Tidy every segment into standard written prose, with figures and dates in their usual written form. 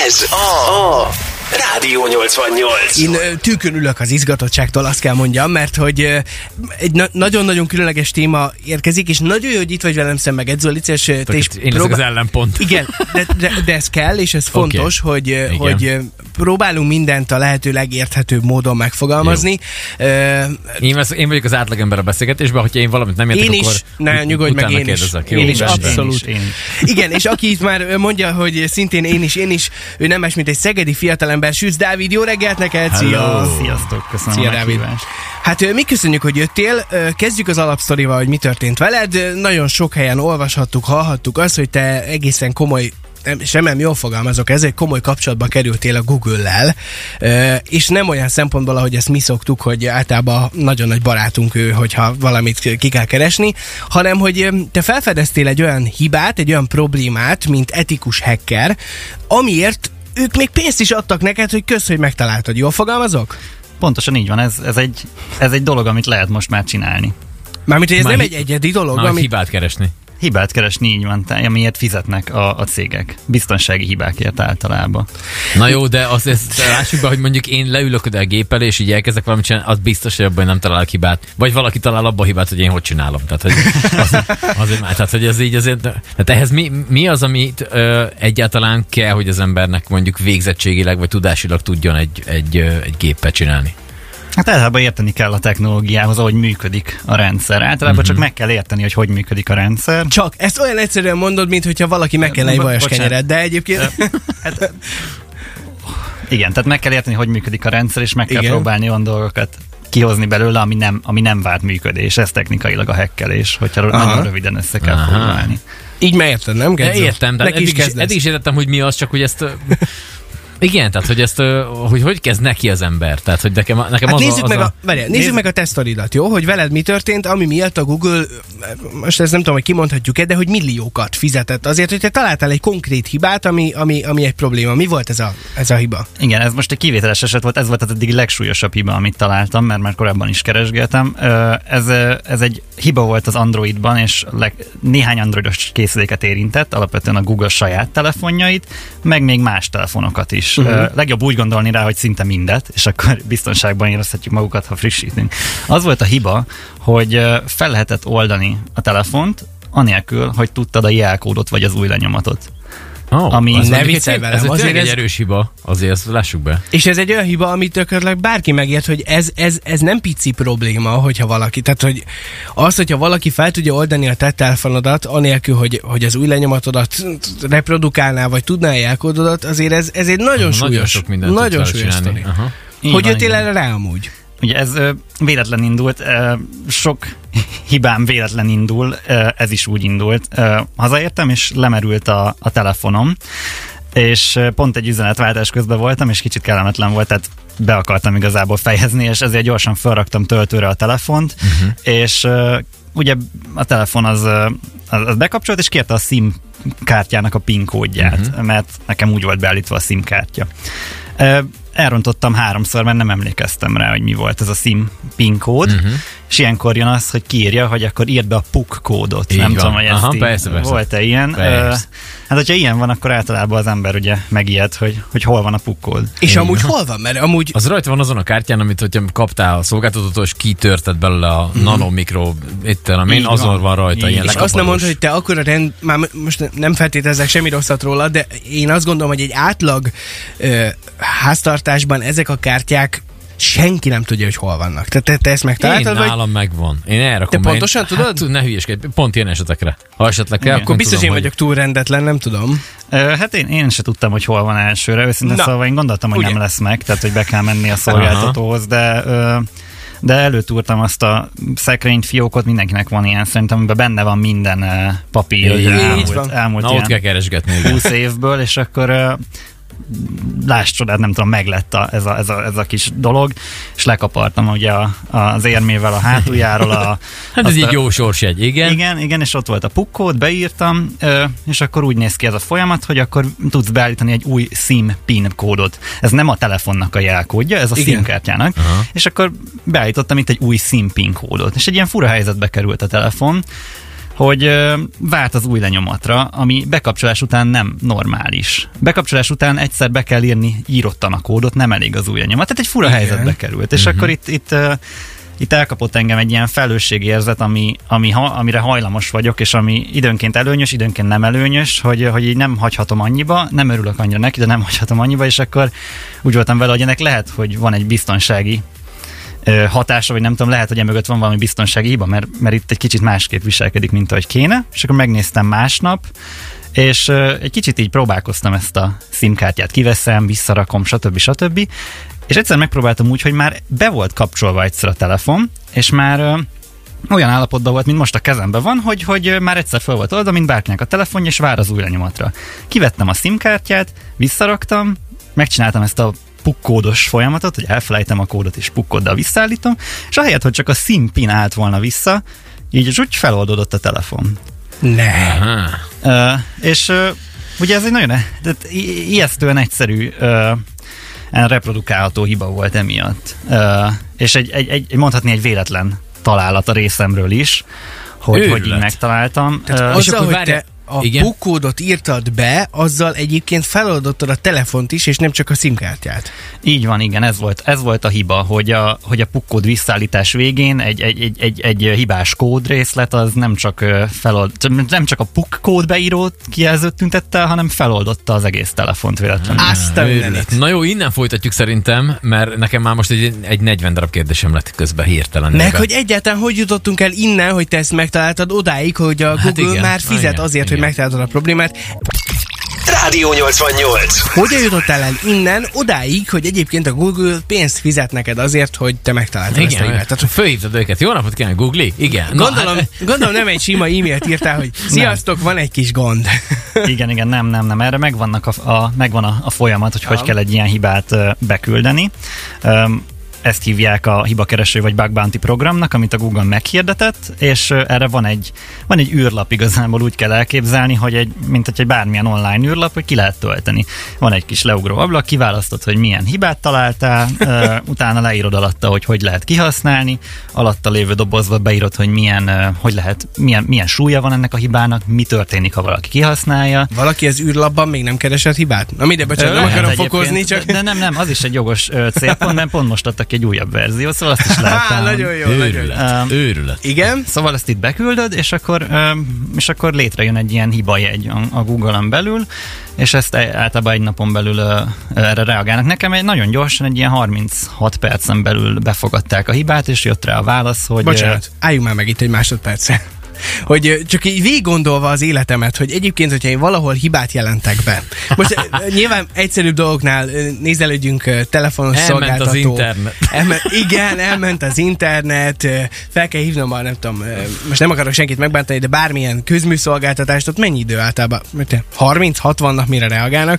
Ez a Rádió 88. Én tűkön ülök az izgatottságtól, azt kell mondjam, mert hogy egy nagyon-nagyon különleges téma érkezik, és nagyon jó, hogy itt vagy velem szemben, Gedzó, licés. Én leszek az ellenpont. Igen, de ez kell, és ez fontos, hogy próbálunk mindent a lehető legérthetőbb módon megfogalmazni. Én vagyok az átlagember a beszélgetésben, hogyha én valamit nem értek, akkor nyugodj meg, én is, abszolút. Igen, és aki itt már mondja, hogy szintén én is, ő nem más, mint egy szegedi fiatalember. Süsz Dávid, jó reggelt neked! Szia! Sziasztok, köszönöm Szia, a meghívást. Hát mi köszönjük, hogy jöttél. Kezdjük az alapsztorival, hogy mi történt veled. Nagyon sok helyen olvashattuk, hallhattuk azt, hogy te egészen komoly, nem jól fogalmazok, ezért komoly kapcsolatba kerültél a Google-lel, és nem olyan szempontból, ahogy ezt mi szoktuk, hogy általában nagyon nagy barátunk ő, hogyha valamit ki kell keresni, hanem hogy te felfedeztél egy olyan hibát, egy olyan problémát, mint etikus hacker, amiért ők még pénzt is adtak neked, hogy kösz, hogy megtaláltad. Jól fogalmazok? Pontosan így van, ez egy dolog, amit lehet most már csinálni. Mármint, hogy ez nem egy egyedi dolog, amit... hibát keresni. Hibát keresni, így van, amiért fizetnek a cégek. Biztonsági hibákért általában. Na jó, de azt lássuk be, hogy mondjuk én leülök oda a gép elé, és így elkezdek valamit csinálni, az biztos, hogy abban nem találok hibát. Vagy valaki talál abban a hibát, hogy én hogy csinálom. Tehát, hogy ez így azért... Tehát ehhez mi az, amit egyáltalán kell, hogy az embernek mondjuk végzettségileg, vagy tudásilag tudjon egy géppel csinálni? Hát általában érteni kell a technológiához, ahogy működik a rendszer. Általában csak meg kell érteni, hogy működik a rendszer. Csak, ezt olyan egyszerűen mondod, mint hogyha valaki megkenne egy vajas kenyered, de egyébként... Igen, tehát meg kell érteni, hogy működik a rendszer, és meg kell próbálni olyan dolgokat kihozni belőle, ami nem várt működés. Ez technikailag a hackelés, hogyha nagyon röviden össze kell foglalni. Így megérted, nem? Értem, de eddig is értettem, hogy mi az, csak hogy ezt... Igen, tehát hogy ezt, hogy kezd neki az ember? Tehát, hogy nekem hát nézzük meg a te sztoridat, jó? Hogy veled mi történt, ami miatt a Google, most ezt nem tudom, hogy kimondhatjuk-e, de hogy milliókat fizetett azért, hogy te találtál egy konkrét hibát, ami egy probléma. Mi volt ez a hiba? Igen, ez most egy kivételes eset volt, ez volt az eddig legsúlyosabb hiba, amit találtam, mert már korábban is keresgéltem. Ez egy hiba volt az Androidban, és néhány androidos készüléket érintett, alapvetően a Google saját telefonjait, meg még más telefonokat is. Legjobb úgy gondolni rá, hogy szinte mindet, és akkor biztonságban érezhetjük magukat, ha frissítünk. Az volt a hiba, hogy fel lehetett oldani a telefont, anélkül, hogy tudtad a jelkódot vagy az új lenyomatot. Ami ne viccelj velem. Ez egy erős hiba, azért ezt lássuk be. És ez egy olyan hiba, amit tökéletesen bárki megért, hogy ez nem pici probléma, hogyha valaki, tehát hogy az, hogyha valaki fel tudja oldani a te telefonodat, anélkül, hogy az új lenyomatodat reprodukálná, vagy tudná jelkódodat, azért ez egy nagyon súlyos, nagyon súlyos sztori. Hogy jöttél erre rá amúgy? Ugye ez véletlen indult, sok hibám véletlen indul, ez is úgy indult. Hazaértem, és lemerült a telefonom, és pont egy üzenetváltás közben voltam, és kicsit kellemetlen volt, tehát be akartam igazából fejezni, és ezért gyorsan felraktam töltőre a telefont, és ugye a telefon az bekapcsolt, és kérte a SIM kártyának a PIN kódját, mert nekem úgy volt beállítva a SIM kártya. Elrontottam 3-szor, mert nem emlékeztem rá, hogy mi volt ez a SIM PIN kód, és ilyenkor jön az, hogy kiírja, hogy akkor írd be a PUK kódot. Nem tudom, hogy ezt persze. Volt-e ilyen. Hát, hogyha ilyen van, akkor általában az ember ugye megijed, hogy hol van a PUK kód. És amúgy hol van? Mert amúgy... Az rajta van azon a kártyán, amit hogyha kaptál a szolgáltatótól, és kitörted belőle a nanomikro, azon van rajta ilyen és azt nem mondta, hogy te akkor már most nem feltételezek semmi rosszat róla, de én azt gondolom, hogy egy átlag háztartásban ezek a kártyák senki nem tudja, hogy hol vannak. Te ezt megtaláltad? Én nálam megvan. Én elrakom. Te pontosan tudod? Hát, ne hülyeskedj, pont ilyen esetekre. Ha esetleg kell, akkor biztos tudom, én vagyok túl rendetlen, nem tudom. Hát én se tudtam, hogy hol van elsőre. Őszintén szóval én gondoltam, hogy nem lesz meg, tehát hogy be kell menni a szolgáltatóhoz, de előtúrtam azt a szekrényt, fiókot, mindenkinek van ilyen, szerintem, amiben benne van minden papír, elmúlt ott kell keresgetni. 20 évből, és akkor láss csodát, nem tudom, meglett ez a kis dolog, és lekapartam ugye az érmével a hátuljáról. Hát ez így jó sorsjegy, igen. Igen, és ott volt a PUK kód, beírtam, és akkor úgy néz ki ez a folyamat, hogy akkor tudsz beállítani egy új SIM PIN kódot. Ez nem a telefonnak a jelkódja, ez a SIM kártyának. És akkor beállítottam itt egy új SIM PIN kódot. És egy ilyen fura helyzetbe került a telefon, hogy várt az új lenyomatra, ami bekapcsolás után nem normális. Bekapcsolás után egyszer be kell írni írottan a kódot, nem elég az új lenyomat. Tehát egy fura helyzetbe került. És akkor itt elkapott engem egy ilyen felelősségérzet, amire hajlamos vagyok, és ami időnként előnyös, időnként nem előnyös, hogy így nem hagyhatom annyiba, nem örülök annyira neki, de nem hagyhatom annyiba, és akkor úgy voltam vele, hogy ennek lehet, hogy van egy biztonsági hatása, vagy nem tudom, lehet, hogy emögött van valami biztonsági hiba, mert itt egy kicsit másképp viselkedik, mint ahogy kéne, és akkor megnéztem másnap, és egy kicsit így próbálkoztam ezt a SIM-kártyát, kiveszem, visszarakom, stb. És egyszer megpróbáltam úgy, hogy már be volt kapcsolva egyszer a telefon, és már olyan állapotban volt, mint most a kezemben van, hogy már egyszer fel volt oldva, mint bárkinek a telefonja, és vár az új lenyomatra. Kivettem a SIM-kártyát, visszaraktam, megcsináltam ezt a pukkódos folyamatot, hogy elfelejtem a kódot és pukkóddal visszaállítom, és ahelyett, hogy csak a SIM-pin állt volna vissza, így úgy feloldódott a telefon. És ugye ez egy nagyon ijesztően egyszerű reprodukálható hiba volt emiatt. És mondhatni egy véletlen találat a részemről is, hogy így megtaláltam. Azzal, hogy te a pukkódot írtad be, azzal egyébként feloldottad a telefont is, és nem csak a SIM-kártyát. Így van, igen, ez volt a hiba, hogy a pukkód visszaállítás végén egy hibás kódrészlet az nem csak a pukkód beírót kijelzőt tüntette el, hanem feloldotta az egész telefont véletlenül. Na jó, innen folytatjuk szerintem, mert nekem már most egy 40 darab kérdésem lett közben hirtelen. Meg hogy egyáltalán hogy jutottunk el innen, hogy te ezt megtaláltad odáig, hogy a Google már fizet azért, hogy megtaláltad a problémát. Rádió 88. Hogyan jutottál el innen odáig, hogy egyébként a Google pénzt fizet neked azért, hogy te megtaláltad ezt a hibát? Tehát fölhívtad őket. Jó napot kívánok, Google? Igen. Gondolom nem egy sima e-mailt írtál, hogy sziasztok, van egy kis gond. Igen, nem. Erre megvan a folyamat, hogy kell egy ilyen hibát beküldeni. Ezt hívják a hibakereső vagy bug bounty programnak, amit a Google meghirdetett, és erre van egy űrlap igazából, úgy kell elképzelni, hogy mint egy bármilyen online űrlap, hogy ki lehet tölteni. Van egy kis leugró ablak, kiválasztod, hogy milyen hibát találtál, utána leírod alatta, hogy lehet kihasználni, alatta lévő dobozba beírod, hogy milyen súlya van ennek a hibának, mi történik, ha valaki kihasználja. Valaki az űrlapban még nem keresett hibát? Na mindegy, bocsánat, nem akarom fokozni, csak... De nem, az is egy jogos célpont, mert pont most adtak egy újabb verzió, szóval azt is lehet. Nagyon jó. Őrület. Igen. Szóval ezt itt beküldöd, és akkor létrejön egy ilyen hibajegy a Google-on belül, és ezt általában egy napon belül erre reagálnak. Nekem nagyon gyorsan, egy ilyen 36 percen belül befogadták a hibát, és jött rá a válasz, hogy... Bocsánat, álljunk már meg itt egy másodpercre. Hogy csak így végig gondolva az életemet, hogy egyébként, hogyha én valahol hibát jelentek be. Most nyilván egyszerűbb dolgoknál nézelődjünk telefonos szolgáltató. Az internet. Elment az internet, fel kell hívnom már, nem tudom, most nem akarok senkit megbántani, de bármilyen közműszolgáltatást, ott mennyi idő általában? 30-60-nak mire reagálnak?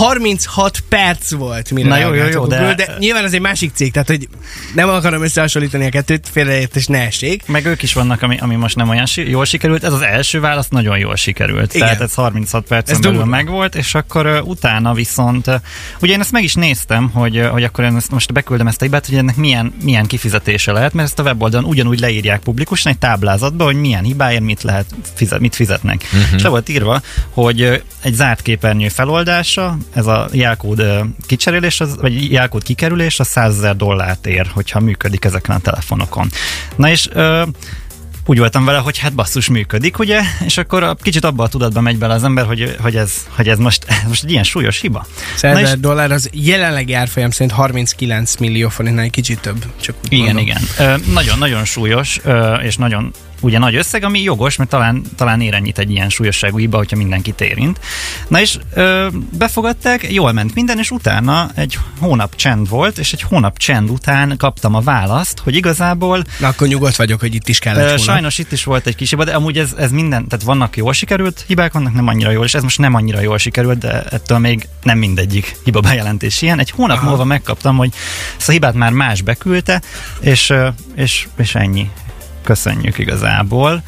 36 perc volt, mire reagáltak. De nyilván az egy másik cég, tehát hogy nem akarom összehasonlítani a kettőt, félreértés ne essék. Meg ők is vannak, ami most nem olyan jól sikerült, ez az első válasz nagyon jól sikerült. Igen. Tehát ez 36 percen belül megvolt, és akkor utána viszont, ugye én ezt meg is néztem, hogy akkor én most beküldöm ezt a hibát, hogy ennek milyen kifizetése lehet, mert ezt a weboldalon ugyanúgy leírják publikusan egy táblázatba, hogy milyen hibáért mit fizetnek. És le volt írva, hogy egy zárt képernyő feloldása, ez a jelkód kicserélés, vagy jelkód kikerülés, az $100,000 ér, hogyha működik ezeken a telefonokon. Na és úgy voltam vele, hogy hát basszus működik, ugye? És akkor kicsit abba a tudatba megy bele az ember, hogy ez most egy ilyen súlyos hiba. $100,000 az jelenlegi árfolyam szerint 39 millió forintnál egy kicsit több. Csak igen. Nagyon-nagyon súlyos, és nagyon ugye nagy összeg, ami jogos, mert talán ér ennyit egy ilyen súlyosságú hiba, hogyha mindenkit érint. Na és befogadták, jól ment minden, és utána egy hónap csend volt, és egy hónap csend után kaptam a választ, hogy igazából... Na akkor nyugodt vagyok, hogy itt is kellett volna. Sajnos itt is volt egy kis hiba, de amúgy ez minden, tehát vannak jól sikerült hibák, vannak nem annyira jól, és ez most nem annyira jól sikerült, de ettől még nem mindegyik hiba bejelentés ilyen. Egy hónap múlva megkaptam, hogy ezt a hibát már más beküldte, és ennyi. Köszönjük igazából.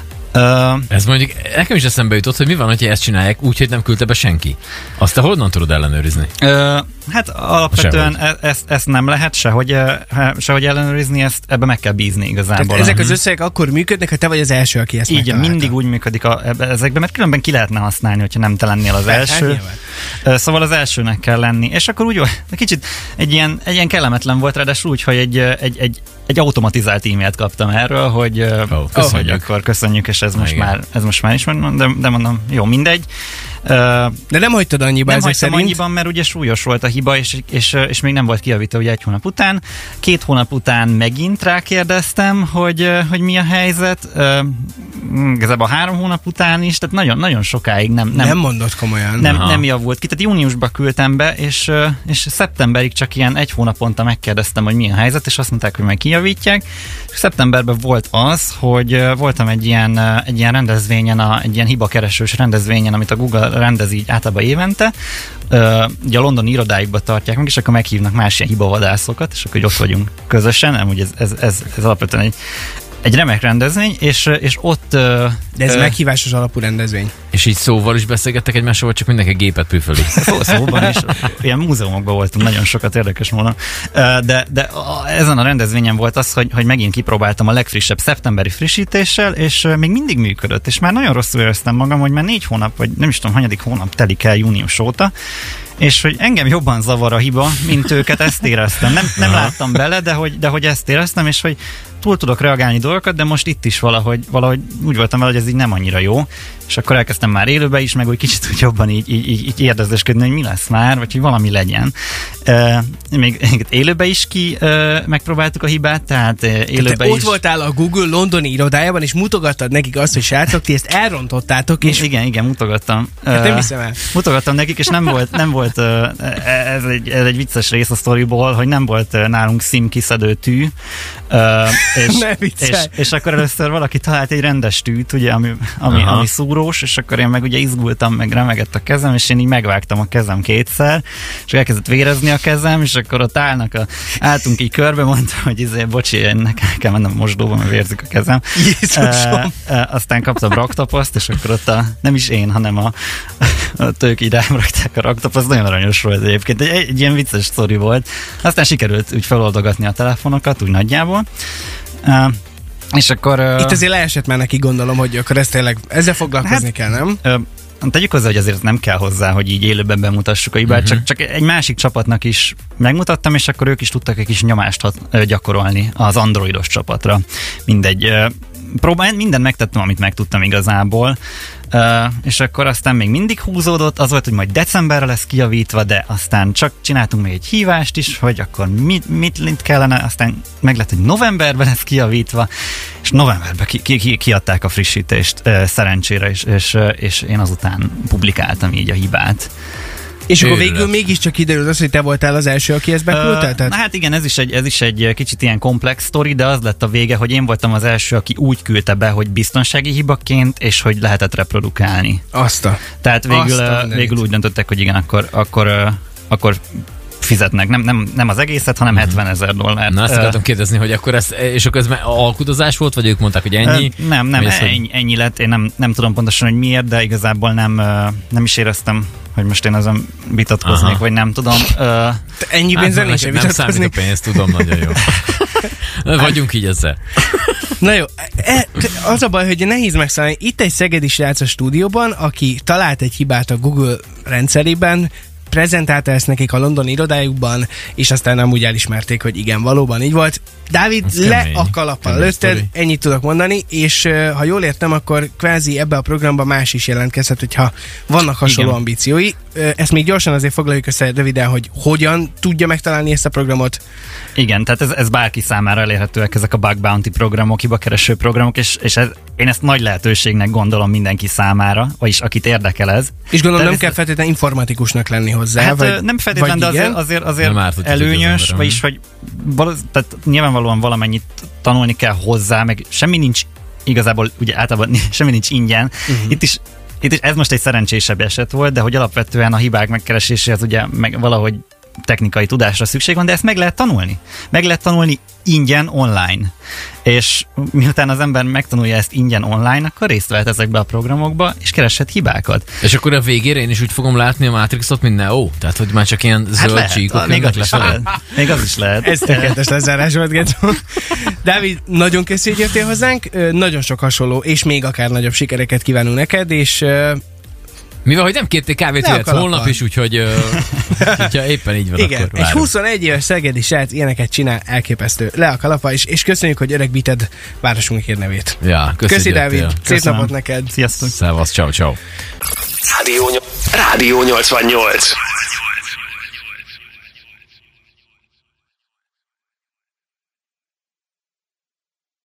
Ez mondjuk nekem is eszembe jutott, hogy mi van, hogyha ezt csinálják úgy, hogy nem küldte be senki. Azt te honnan tudod ellenőrizni? Hát alapvetően ezt nem lehet sehogy ellenőrizni, ezt ebbe meg kell bízni igazából. Tehát ezek az összegek akkor működnek, ha te vagy az első, aki ezt így mindig úgy működik ezekben, mert különben ki lehetne használni, hogyha nem te lennél az első. Szóval az elsőnek kell lenni. És akkor úgy kicsit egy ilyen kellemetlen volt, ráadásul úgy, hogy egy automatizált e-mailt kaptam erről, hogy köszönjük, és ez most már is, de mondom, jó, mindegy. De nem hagytad annyiba ezek szerint? Nem hagytam annyiban, mert ugye súlyos volt a hiba, és még nem volt kijavítva ugye 1 hónap után. 2 hónap után megint rákérdeztem, hogy mi a helyzet. Igazából 3 hónap után is, tehát nagyon-nagyon sokáig nem mondott komolyan. Nem javult ki. Tehát júniusba küldtem be, és szeptemberig csak ilyen 1 hónaponta megkérdeztem, hogy mi a helyzet, és azt mondták, hogy majd kijavítják. És szeptemberben volt az, hogy voltam egy ilyen rendezvényen, egy ilyen hibakeresős rendezvényen, amit a Google rendez így általában évente. Ugye a londoni irodáikba tartják meg, és akkor meghívnak más ilyen hibavadászokat, és akkor ott vagyunk közösen, nem, ugye ez alapvetően egy remek rendezvény, és ott... De ez meghívásos alapú rendezvény. És így szóval is beszélgettek egymással, vagy csak mindenki gépet püföli? Szóban is. Ilyen múzeumokban voltunk nagyon sokat, érdekes módon. De ezen a rendezvényen volt az, hogy megint kipróbáltam a legfrissebb szeptemberi frissítéssel, és még mindig működött. És már nagyon rosszul éreztem magam, hogy már 4 hónap, vagy nem is tudom, hanyadik hónap telik el június óta, és hogy engem jobban zavar a hiba, mint őket, ezt éreztem. Nem láttam bele, de hogy ezt éreztem, és hogy túl tudok reagálni dolgokat, de most itt is valahogy úgy voltam vele, hogy ez így nem annyira jó, és akkor elkezdtem már élőbe is, meg úgy kicsit úgy jobban így érdezéskedni, hogy mi lesz már, vagy hogy valami legyen. Még élőbe is megpróbáltuk a hibát, tehát élőbe ott voltál a Google londoni irodájában, és mutogattad nekik azt, hogy srácok, ti ezt elrontottátok, és... Igen, mutogattam. Nem hiszem el. Mutogattam nekik, és nem volt ez egy vicces rész a sztoriból, hogy nem volt nálunk SIM kiszedő tű, és akkor először valaki talált egy rendes tűt, ugye, ami szúrós, és akkor én meg ugye izgultam, meg remegett a kezem, és én így megvágtam a kezem 2-szer, és elkezdett vérezni a kezem, és akkor ott álltunk így körbe, mondtam, hogy bocsi, nekem kell mennem a mosdóba, mert vérzik a kezem. Aztán kaptam raktapaszt, és akkor ott nem is én, hanem a ők így rám rakták a raktapaszt, nagyon aranyos volt egyébként, egy ilyen vicces sztori volt. Aztán sikerült úgy feloldogatni a telefonokat, úgy nagyjából. És akkor... Itt azért leesett már neki, gondolom, hogy akkor ezzel foglalkozni kell, nem? Tegyük hozzá, hogy azért nem kell hozzá, hogy így élőben bemutassuk a hibát, csak egy másik csapatnak is megmutattam, és akkor ők is tudtak egy kis nyomást gyakorolni az androidos csapatra. Mindegy. Mindent megtettem, amit megtudtam igazából, és akkor aztán még mindig húzódott, az volt, hogy majd decemberre lesz kijavítva, de aztán csak csináltunk még egy hívást is, hogy akkor mit kellene, aztán meg lett, hogy novemberben lesz kijavítva, és novemberben kiadták a frissítést szerencsére, és én azután publikáltam így a hibát. És akkor végül mégiscsak kiderült az, hogy te voltál az első, aki ezt beküldte? Hát igen, ez is egy kicsit ilyen komplex sztori, de az lett a vége, hogy én voltam az első, aki úgy küldte be, hogy biztonsági hibaként, és hogy lehetett reprodukálni. Tehát végül úgy döntöttek, hogy igen, akkor fizetnek. Nem az egészet, hanem $70,000. Na, azt akartam kérdezni, hogy akkor és akkor ez alkudozás volt, vagy ők mondták, hogy ennyi? Nem, ennyi lett. Én nem tudom pontosan, hogy miért, de igazából nem is éreztem, hogy most én azon vitatkoznék, vagy nem tudom. Ennyi pénzen nincs nem számít a pénz, tudom, nagyon jó. Vagyunk így ezzel. Na jó, az a baj, hogy nehéz megszállni. Itt egy szegedi srác a stúdióban, aki talált egy hibát a Google rendszerében, prezentálta ezt nekik a londoni irodájukban, és aztán nem úgy elismerték, hogy igen, valóban így volt. Dávid, le a kalappal lőtted, ennyit tudok mondani, és ha jól értem, akkor kvázi ebbe a programba más is jelentkezhet, hogyha vannak hasonló ambíciói. Ezt még gyorsan azért foglaljuk össze röviden, hogy hogyan tudja megtalálni ezt a programot. Igen, tehát ez bárki számára elérhetőek ezek a bug bounty programok, hibakereső programok, és én ezt nagy lehetőségnek gondolom mindenki számára, vagyis akit érdekel ez. És gondolom nem kell feltétlenül informatikusnak lenni hozzá. Hát nem feltétlenül, de azért előnyös, vagyis hogy tehát nyilvánvalóan valamennyit tanulni kell hozzá, meg semmi nincs igazából, ugye általában semmi nincs ingyen. Itt is ez most egy szerencsésebb eset volt, de hogy alapvetően a hibák megkereséséhez ugye meg valahogy technikai tudásra szükség van, de ezt meg lehet tanulni. Meg lehet tanulni ingyen online. És miután az ember megtanulja ezt ingyen online, akkor részt vehet ezekbe a programokba, és kereshet hibákat. És akkor a végére én is úgy fogom látni a Matrixot, mint Neo? Tehát, hogy már csak ilyen zöld csíkok jönnek lefelé? Még az is lehet. Ez tökéletes lezárás volt, Getó. Dávid, nagyon köszi, hogy jöttél hozzánk. Nagyon sok hasonló, és még akár nagyobb sikereket kívánunk neked, és mivel, hogy nem kérték kávét, jöhetsz holnap is, úgyhogy hogyha éppen így van, igen, akkor egy 21 éves szegedi srác ilyeneket csinál, elképesztő. Le a kalapa, és köszönjük, hogy öregbíted városunk hírnevét. Ja, köszi Dávid, szép napot neked. Sziasztok. Szevasz, ciao. Rádió 88.